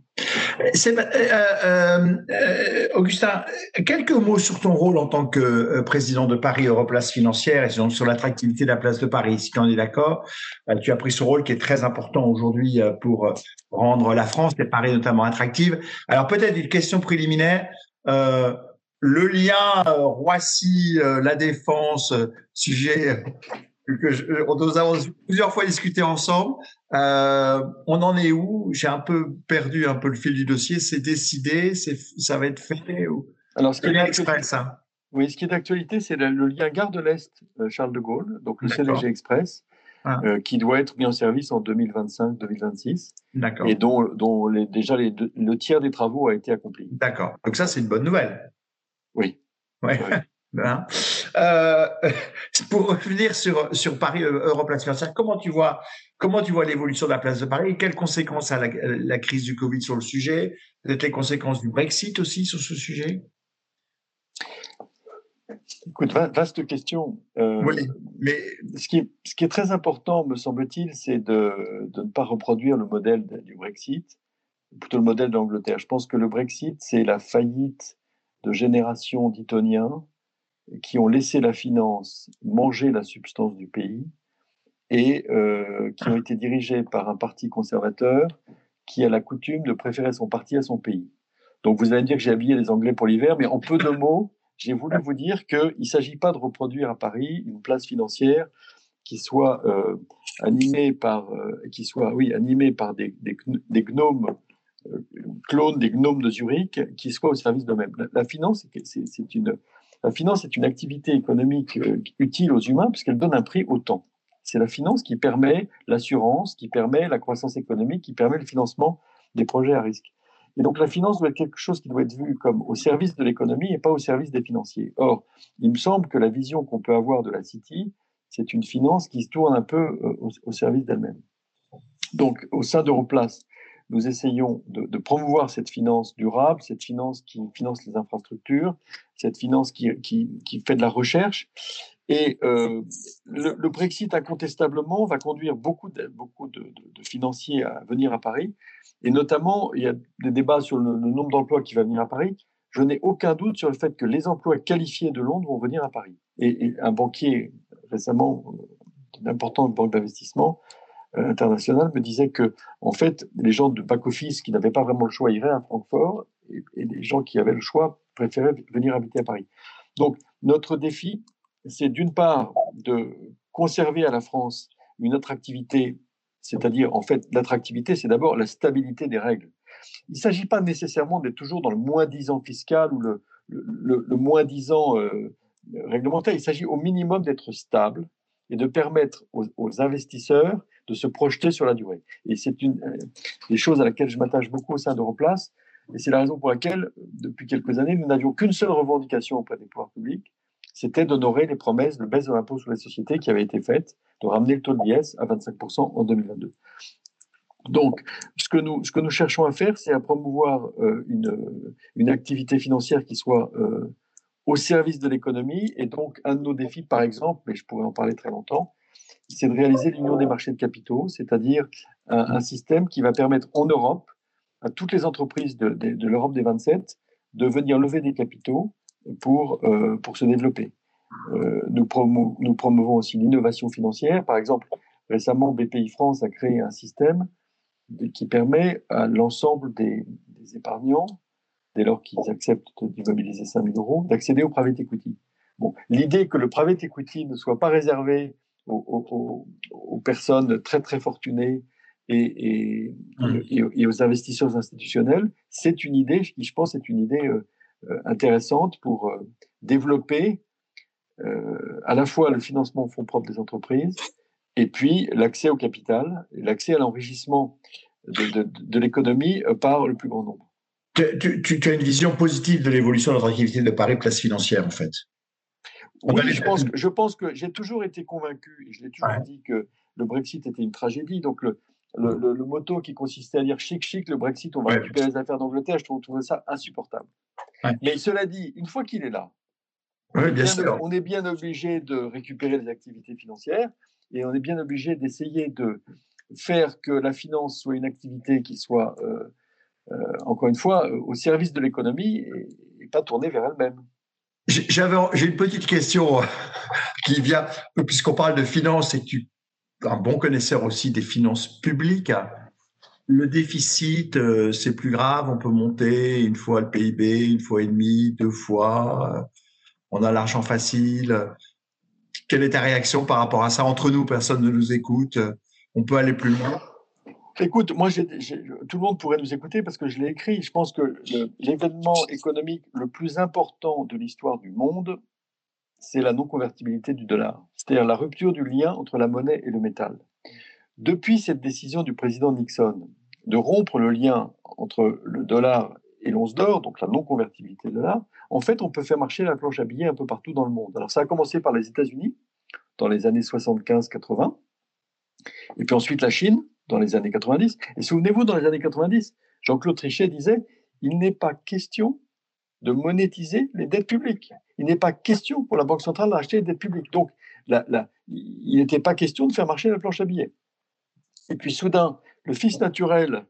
Augustin, quelques mots sur ton rôle en tant que président de Paris Europlace Financière et donc sur l'attractivité de la place de Paris. Si tu en es d'accord, tu as pris ce rôle qui est très important aujourd'hui pour rendre la France et Paris notamment attractive. Alors peut-être une question préliminaire. Le lien Roissy, la Défense, sujet nous avons plusieurs fois discuté ensemble. On en est où? J'ai un peu perdu un peu le fil du dossier. C'est décidé? Ça va être fait? Alors, ce qui est Express, hein. Oui, ce qui est d'actualité, c'est le lien Gare de l'Est Charles de Gaulle, donc le CDG Express, qui doit être mis en service en 2025-2026. D'accord. Et dont déjà le tiers des travaux a été accompli. D'accord. Donc ça, c'est une bonne nouvelle. Oui. Ouais. Hein. Pour revenir sur Paris Europlace Financière, comment tu vois l'évolution de la place de Paris et quelles conséquences a la crise du Covid sur le sujet? Peut-être les conséquences du Brexit aussi sur ce sujet? Écoute, vaste question. Oui, mais ce qui est très important, me semble-t-il, c'est de ne pas reproduire le modèle du Brexit, plutôt le modèle d'Angleterre. Je pense que le Brexit, c'est la faillite de générations d'Itoniens qui ont laissé la finance manger la substance du pays et qui ont été dirigés par un parti conservateur qui a la coutume de préférer son parti à son pays. Donc vous allez me dire que j'ai habillé les Anglais pour l'hiver, mais en peu de mots, j'ai voulu vous dire qu'il ne s'agit pas de reproduire à Paris une place financière qui soit animée par des gnomes, clones des gnomes de Zurich, qui soient au service d'eux-mêmes. La finance, c'est une activité économique utile aux humains puisqu'elle donne un prix au temps. C'est la finance qui permet l'assurance, qui permet la croissance économique, qui permet le financement des projets à risque. Et donc la finance doit être quelque chose qui doit être vu comme au service de l'économie et pas au service des financiers. Or, il me semble que la vision qu'on peut avoir de la City, c'est une finance qui se tourne un peu au service d'elle-même. Donc, au sein d'Europlace, nous essayons de promouvoir cette finance durable, cette finance qui finance les infrastructures, cette finance qui fait de la recherche. Et le Brexit, incontestablement, va conduire beaucoup de financiers à venir à Paris. Et notamment, il y a des débats sur le nombre d'emplois qui va venir à Paris. Je n'ai aucun doute sur le fait que les emplois qualifiés de Londres vont venir à Paris. Et un banquier, récemment, d'une importante banque d'investissement internationale, me disait que, en fait, les gens de back-office qui n'avaient pas vraiment le choix iraient à Francfort et les gens qui avaient le choix préféraient venir habiter à Paris. Donc, notre défi, c'est d'une part de conserver à la France une attractivité, c'est-à-dire, en fait, l'attractivité, c'est d'abord la stabilité des règles. Il ne s'agit pas nécessairement d'être toujours dans le moins-disant fiscal ou le moins-disant réglementaire. Il s'agit au minimum d'être stable et de permettre aux investisseurs de se projeter sur la durée. Et c'est une des choses à laquelle je m'attache beaucoup au sein d'Europlace. Et c'est la raison pour laquelle, depuis quelques années, nous n'avions qu'une seule revendication auprès des pouvoirs publics, c'était d'honorer les promesses de baisse de l'impôt sur les sociétés qui avaient été faites, de ramener le taux de l'IS à 25% en 2022. Donc, ce que nous cherchons à faire, c'est à promouvoir une activité financière qui soit au service de l'économie. Et donc, un de nos défis, par exemple, mais je pourrais en parler très longtemps, c'est de réaliser l'union des marchés de capitaux, c'est-à-dire un système qui va permettre en Europe à toutes les entreprises de l'Europe des 27 de venir lever des capitaux pour se développer. Nous promouvons aussi l'innovation financière. Par exemple, récemment, BPI France a créé un système qui permet à l'ensemble des épargnants, dès lors qu'ils acceptent d'immobiliser 5 000 euros, d'accéder au private equity. Bon, l'idée que le private equity ne soit pas réservé aux personnes très très fortunées et aux investisseurs institutionnels, c'est une idée qui, je pense, est une idée intéressante pour développer à la fois le financement en fonds propres des entreprises et puis l'accès au capital, l'accès à l'enrichissement de l'économie par le plus grand nombre. Tu as une vision positive de l'évolution de notre activité de Paris Place Financière, en fait. Oui, je pense que j'ai toujours été convaincu, et je l'ai toujours dit, que le Brexit était une tragédie. Donc, le motto qui consistait à dire chic, chic, le Brexit, on va récupérer les affaires d'Angleterre, je trouvais ça insupportable. Mais cela dit, une fois qu'il est là, on est bien obligé de récupérer les activités financières et on est bien obligé d'essayer de faire que la finance soit une activité qui soit, encore une fois, au service de l'économie et pas tournée vers elle-même. J'ai une petite question qui vient, puisqu'on parle de finances et que tu es un bon connaisseur aussi des finances publiques. Le déficit, c'est plus grave, on peut monter une fois le PIB, une fois et demi, 2 fois, on a l'argent facile. Quelle est ta réaction par rapport à ça? Entre nous, personne ne nous écoute, on peut aller plus loin? Écoute, moi, tout le monde pourrait nous écouter parce que je l'ai écrit. Je pense que l'événement économique le plus important de l'histoire du monde, c'est la non-convertibilité du dollar, c'est-à-dire la rupture du lien entre la monnaie et le métal. Depuis cette décision du président Nixon de rompre le lien entre le dollar et l'once d'or, donc la non-convertibilité du dollar, en fait, on peut faire marcher la planche à billets un peu partout dans le monde. Alors, ça a commencé par les États-Unis dans les années 75-80, et puis ensuite la Chine dans les années 90. Et souvenez-vous, dans les années 90, Jean-Claude Trichet disait « Il n'est pas question de monétiser les dettes publiques. Il n'est pas question pour la Banque centrale d'acheter des dettes publiques. » Donc, il n'était pas question de faire marcher la planche à billets. Et puis soudain, le fils naturel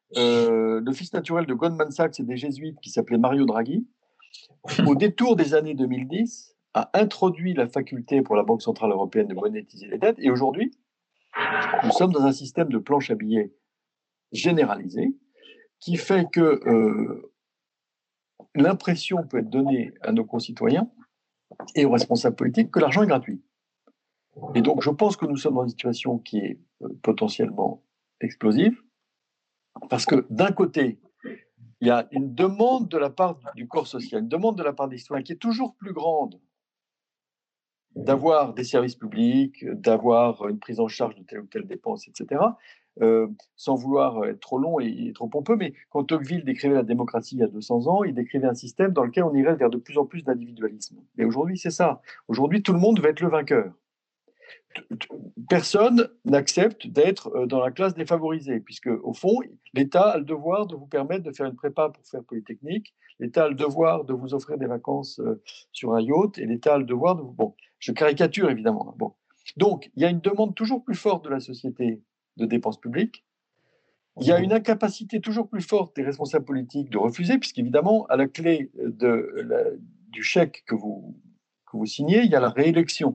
de Goldman Sachs et des jésuites, qui s'appelait Mario Draghi, au détour des années 2010, a introduit la faculté pour la Banque centrale européenne de monétiser les dettes. Et aujourd'hui, nous sommes dans un système de planche à billets généralisé qui fait que l'impression peut être donnée à nos concitoyens et aux responsables politiques que l'argent est gratuit. Et donc, je pense que nous sommes dans une situation qui est potentiellement explosive parce que d'un côté, il y a une demande de la part du corps social, une demande de la part des citoyens qui est toujours plus grande d'avoir des services publics, d'avoir une prise en charge de telle ou telle dépense, etc., sans vouloir être trop long et trop pompeux. Mais quand Tocqueville décrivait la démocratie il y a 200 ans, il décrivait un système dans lequel on irait vers de plus en plus d'individualisme. Et aujourd'hui, c'est ça. Aujourd'hui, tout le monde va être le vainqueur. Personne n'accepte d'être dans la classe défavorisée, puisque au fond, l'État a le devoir de vous permettre de faire une prépa pour faire Polytechnique, l'État a le devoir de vous offrir des vacances sur un yacht, et l'État a le devoir de vous... Bon, je caricature évidemment. Bon. Donc, il y a une demande toujours plus forte de la société de dépenses publiques, il y a une incapacité toujours plus forte des responsables politiques de refuser, puisqu'évidemment, à la clé du chèque que vous signez, il y a la réélection.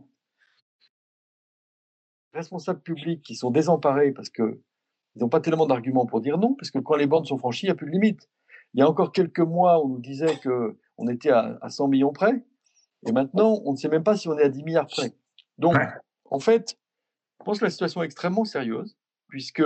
Responsables publics qui sont désemparés parce qu'ils n'ont pas tellement d'arguments pour dire non, parce que quand les bornes sont franchies, il n'y a plus de limite. Il y a encore quelques mois, on nous disait qu'on était à 100 millions près, et maintenant, on ne sait même pas si on est à 10 milliards près. Donc, en fait, je pense que la situation est extrêmement sérieuse, puisque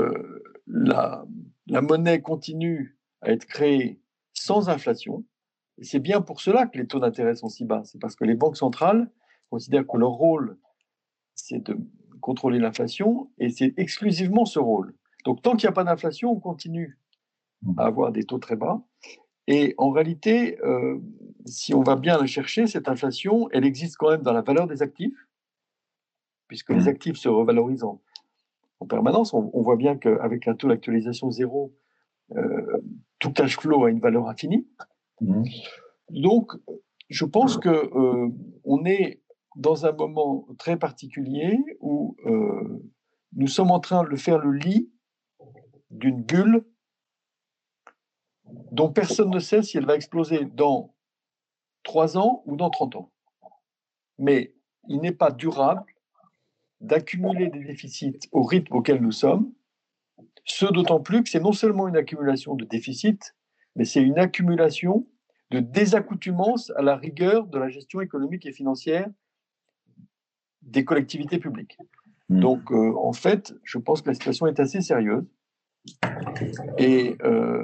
la monnaie continue à être créée sans inflation, Et c'est bien pour cela que les taux d'intérêt sont si bas. C'est parce que les banques centrales considèrent que leur rôle, c'est de contrôler l'inflation, et c'est exclusivement ce rôle. Donc, tant qu'il n'y a pas d'inflation, on continue à avoir des taux très bas. Et en réalité, si on va bien la chercher, cette inflation, elle existe quand même dans la valeur des actifs, puisque les actifs se revalorisent en permanence. On voit bien qu'avec un taux d'actualisation zéro, tout cash flow a une valeur infinie. Donc, je pense qu'on est dans un moment très particulier où nous sommes en train de faire le lit d'une bulle dont personne ne sait si elle va exploser dans 3 ans ou dans 30 ans. Mais il n'est pas durable d'accumuler des déficits au rythme auquel nous sommes, ce d'autant plus que c'est non seulement une accumulation de déficits, mais c'est une accumulation de désaccoutumance à la rigueur de la gestion économique et financière des collectivités publiques. Donc, en fait, je pense que la situation est assez sérieuse. Et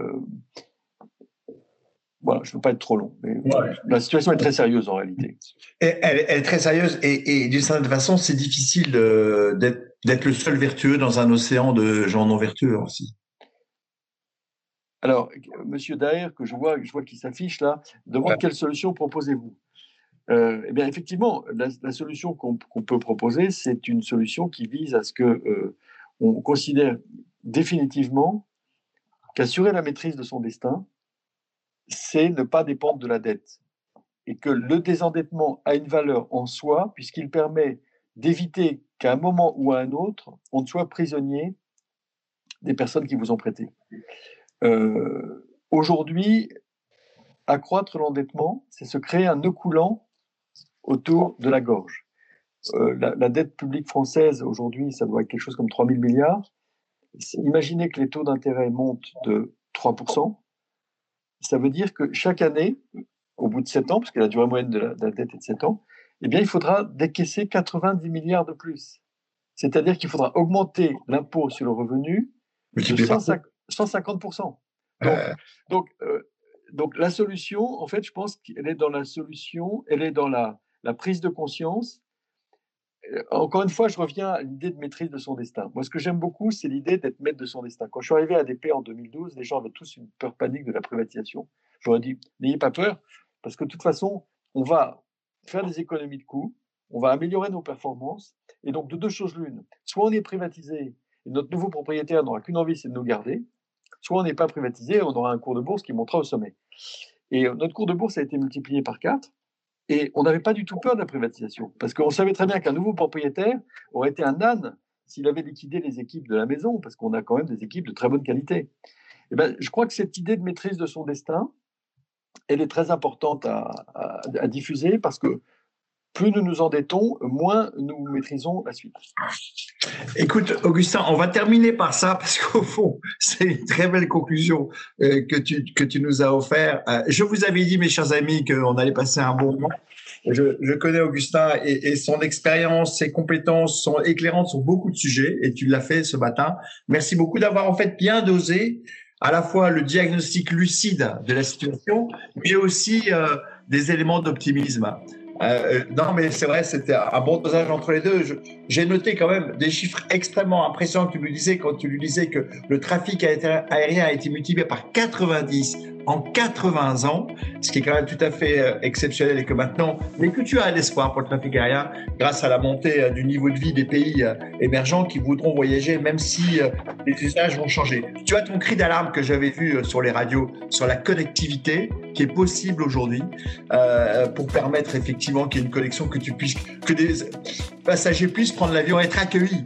voilà, je ne veux pas être trop long, mais la situation est très sérieuse en réalité. Elle est très sérieuse et d'une certaine façon, c'est difficile d'être le seul vertueux dans un océan de gens non vertueux aussi. Alors, Monsieur Daher, que je vois qu'il s'affiche là, demande quelle solution proposez-vous ? Eh bien, effectivement, la solution qu'on peut proposer, c'est une solution qui vise à ce qu'on considère définitivement qu'assurer la maîtrise de son destin, c'est ne pas dépendre de la dette. Et que le désendettement a une valeur en soi, puisqu'il permet d'éviter qu'à un moment ou à un autre, on ne soit prisonnier des personnes qui vous ont prêté. Aujourd'hui, accroître l'endettement, c'est se créer un nœud coulant autour de la gorge. La dette publique française, aujourd'hui, ça doit être quelque chose comme 3 000 milliards. Imaginez que les taux d'intérêt montent de 3%. Ça veut dire que chaque année, au bout de 7 ans, parce que la durée moyenne de la dette est de 7 ans, eh bien, il faudra décaisser 90 milliards de plus. C'est-à-dire qu'il faudra augmenter l'impôt sur le revenu de 150%. Donc, la solution, en fait, je pense qu'elle est dans la solution, elle est dans la prise de conscience. Encore une fois, je reviens à l'idée de maîtrise de son destin. Moi, ce que j'aime beaucoup, c'est l'idée d'être maître de son destin. Quand je suis arrivé à ADP en 2012, les gens avaient tous une peur panique de la privatisation. J'aurais dit, n'ayez pas peur, parce que de toute façon, on va faire des économies de coûts, on va améliorer nos performances, et donc de deux choses l'une. Soit on est privatisé, et notre nouveau propriétaire n'aura qu'une envie, c'est de nous garder, soit on n'est pas privatisé, et on aura un cours de bourse qui montera au sommet. Et notre cours de bourse a été multiplié par 4, et on n'avait pas du tout peur de la privatisation, parce qu'on savait très bien qu'un nouveau propriétaire aurait été un âne s'il avait liquidé les équipes de la maison, parce qu'on a quand même des équipes de très bonne qualité. Et ben, je crois que cette idée de maîtrise de son destin, elle est très importante à diffuser, parce que plus nous nous endettons, moins nous maîtrisons la suite. Écoute, Augustin, on va terminer par ça, parce qu'au fond, c'est une très belle conclusion que tu nous as offert. Je vous avais dit, mes chers amis, qu'on allait passer un bon moment. Je connais Augustin et son expérience, ses compétences sont éclairantes sur beaucoup de sujets, et tu l'as fait ce matin. Merci beaucoup d'avoir en fait bien dosé à la fois le diagnostic lucide de la situation, mais aussi des éléments d'optimisme. Non, mais c'est vrai, c'était un bon dosage entre les deux. J'ai noté quand même des chiffres extrêmement impressionnants que tu me disais quand tu lui disais que le trafic aérien a été multiplié par 90 en 80 ans, ce qui est quand même tout à fait exceptionnel, et que maintenant, mais que tu as l'espoir pour le trafic aérien grâce à la montée du niveau de vie des pays émergents qui voudront voyager, même si les usages vont changer. Tu as ton cri d'alarme que j'avais vu sur les radios sur la connectivité qui est possible aujourd'hui pour permettre effectivement qu'il y ait une connexion, que des passagers puissent prendre l'avion et être accueillis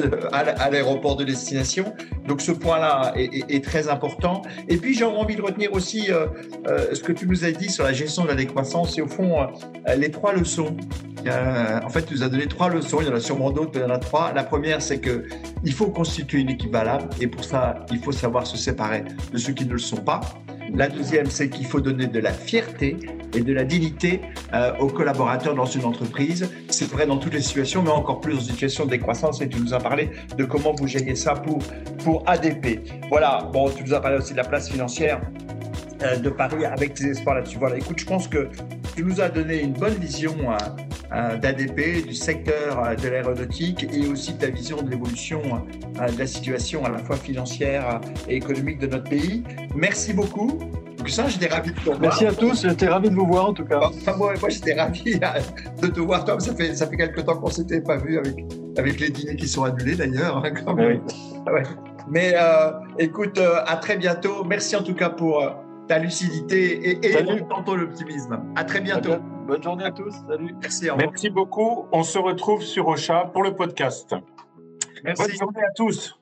à l'aéroport de destination. Donc ce point-là est très important. Et puis j'ai envie de retenir aussi ce que tu nous as dit sur la gestion de la décroissance et au fond les 3 leçons. En fait, tu nous as donné 3 leçons, il y en a sûrement d'autres, mais il y en a 3. La première, c'est qu'il faut constituer une équipe valable, et pour ça, il faut savoir se séparer de ceux qui ne le sont pas. La deuxième, c'est qu'il faut donner de la fierté et de la dignité aux collaborateurs dans une entreprise. C'est vrai dans toutes les situations, mais encore plus dans une situation de décroissance, et tu nous as parlé de comment vous gériez ça pour ADP. Voilà, bon, tu nous as parlé aussi de la place financière. de Paris avec tes espoirs là-dessus. Voilà, écoute, je pense que tu nous as donné une bonne vision d'ADP, du secteur de l'aéronautique et aussi de ta vision de l'évolution de la situation à la fois financière et économique de notre pays. Merci beaucoup. Donc ça, j'étais ravi de te voir. Merci à tous, j'étais ravi de vous voir en tout cas. Enfin, moi j'étais ravi de te voir, Tom. Ça fait quelque temps qu'on ne s'était pas vu avec les dîners qui sont annulés d'ailleurs. Hein, quand même. Oui. Ouais. Mais écoute, à très bientôt. Merci en tout cas pour ta lucidité et ton optimisme. À très bientôt. Bonne journée à tous. Salut. Merci. Au revoir. Merci beaucoup. On se retrouve sur Ocha pour le podcast. Merci. Bonne journée à tous.